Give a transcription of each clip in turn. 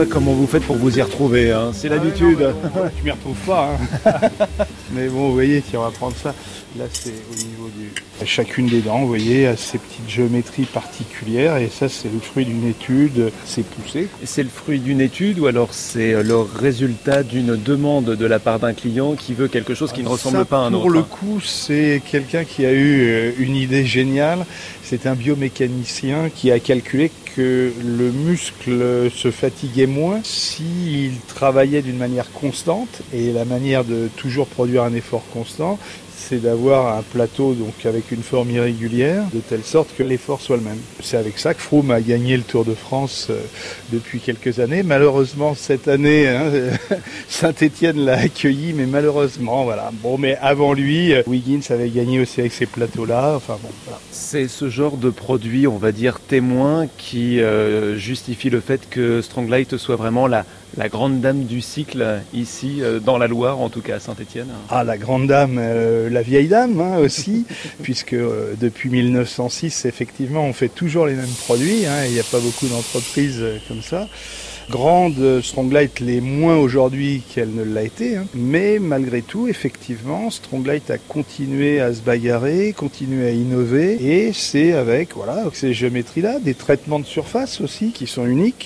pas comment vous faites pour vous y retrouver, hein. C'est l'habitude. Je m'y retrouve pas. Hein. Mais bon, vous voyez, si on va prendre ça, là c'est au niveau du... Chacune des dents, vous voyez, a ses petites géométries particulières et ça c'est le fruit d'une étude, c'est poussé. C'est le fruit d'une étude ou alors c'est le résultat d'une demande de la part d'un client qui veut quelque chose qui ne ressemble pas à un autre? Pour le coup, c'est quelqu'un qui a eu une idée géniale. C'est un biomécanicien qui a calculé que le muscle se fatiguait moins s'il travaillait d'une manière constante. Et la manière de toujours produire un effort constant, c'est d'avoir un plateau donc avec une forme irrégulière, de telle sorte que l'effort soit le même. C'est avec ça que Froome a gagné le Tour de France depuis quelques années. Malheureusement, cette année, Saint-Étienne l'a accueilli, mais malheureusement, voilà. Bon, mais avant lui, Wiggins avait gagné aussi avec ces plateaux-là. Enfin bon, voilà. C'est ce genre de produit, on va dire, témoin qui justifie le fait que Stronglight soit vraiment la grande dame du cycle ici, dans la Loire, en tout cas à Saint-Étienne. Ah, la grande dame, la vieille dame aussi, puisque depuis 1906, effectivement, on fait toujours les mêmes produits. Il n'y a pas beaucoup d'entreprises comme ça. Grande, Stronglight l'est moins aujourd'hui qu'elle ne l'a été, mais malgré tout, effectivement, Stronglight a continué à se bagarrer, continué à innover, et c'est avec ces géométries-là, des traitements de surface aussi qui sont uniques,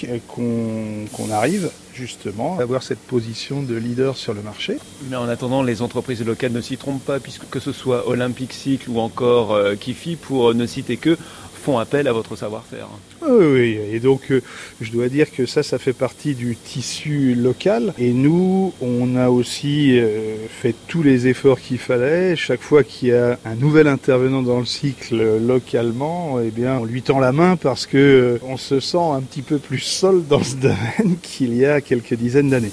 qu'on arrive justement à avoir cette position de leader sur le marché. Mais en attendant, les entreprises locales ne s'y trompent pas, puisque que ce soit Olympic Cycle ou encore Kifi, pour ne citer que, font appel à votre savoir-faire. Oui, et donc je dois dire que ça fait partie du tissu local. Et nous, on a aussi fait tous les efforts qu'il fallait. Chaque fois qu'il y a un nouvel intervenant dans le cycle localement, eh bien, on lui tend la main parce que on se sent un petit peu plus seul dans ce domaine qu'il y a quelques dizaines d'années.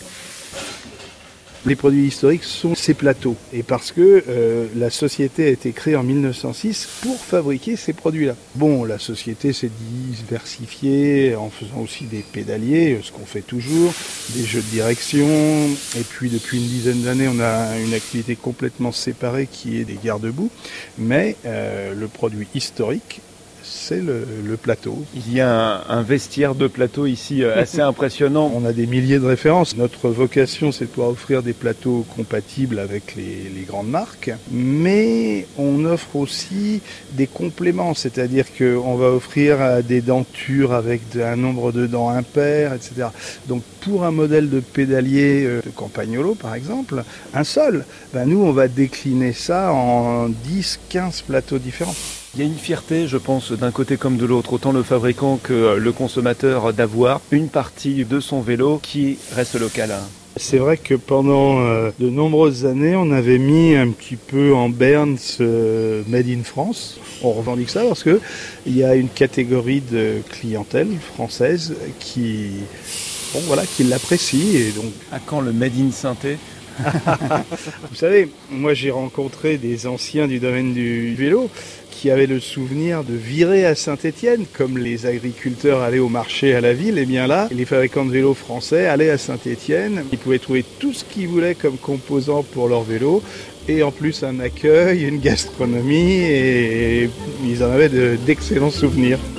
Les produits historiques sont ces plateaux. Et parce que la société a été créée en 1906 pour fabriquer ces produits-là. Bon, la société s'est diversifiée en faisant aussi des pédaliers, ce qu'on fait toujours, des jeux de direction. Et puis depuis une dizaine d'années, on a une activité complètement séparée qui est des garde-boue. Mais le produit historique, c'est le plateau. Il y a un vestiaire de plateau ici assez impressionnant. On a des milliers de références. Notre vocation, c'est de pouvoir offrir des plateaux compatibles avec les grandes marques, mais on offre aussi des compléments, c'est-à-dire qu'on va offrir des dentures avec un nombre de dents impair, etc. Donc pour un modèle de pédalier de Campagnolo, par exemple, un seul, nous, on va décliner ça en 10-15 plateaux différents. Il y a une fierté, je pense, d'un côté comme de l'autre, autant le fabricant que le consommateur, d'avoir une partie de son vélo qui reste locale. C'est vrai que pendant de nombreuses années, on avait mis un petit peu en berne ce Made in France. On revendique ça parce que il y a une catégorie de clientèle française qui l'apprécie. Et donc... À quand le Made in Synthé? Vous savez, moi j'ai rencontré des anciens du domaine du vélo qui avaient le souvenir de virer à Saint-Étienne, comme les agriculteurs allaient au marché à la ville, et bien là, les fabricants de vélos français allaient à Saint-Étienne. Ils pouvaient trouver tout ce qu'ils voulaient comme composants pour leur vélo, et en plus un accueil, une gastronomie, et ils en avaient d'excellents souvenirs.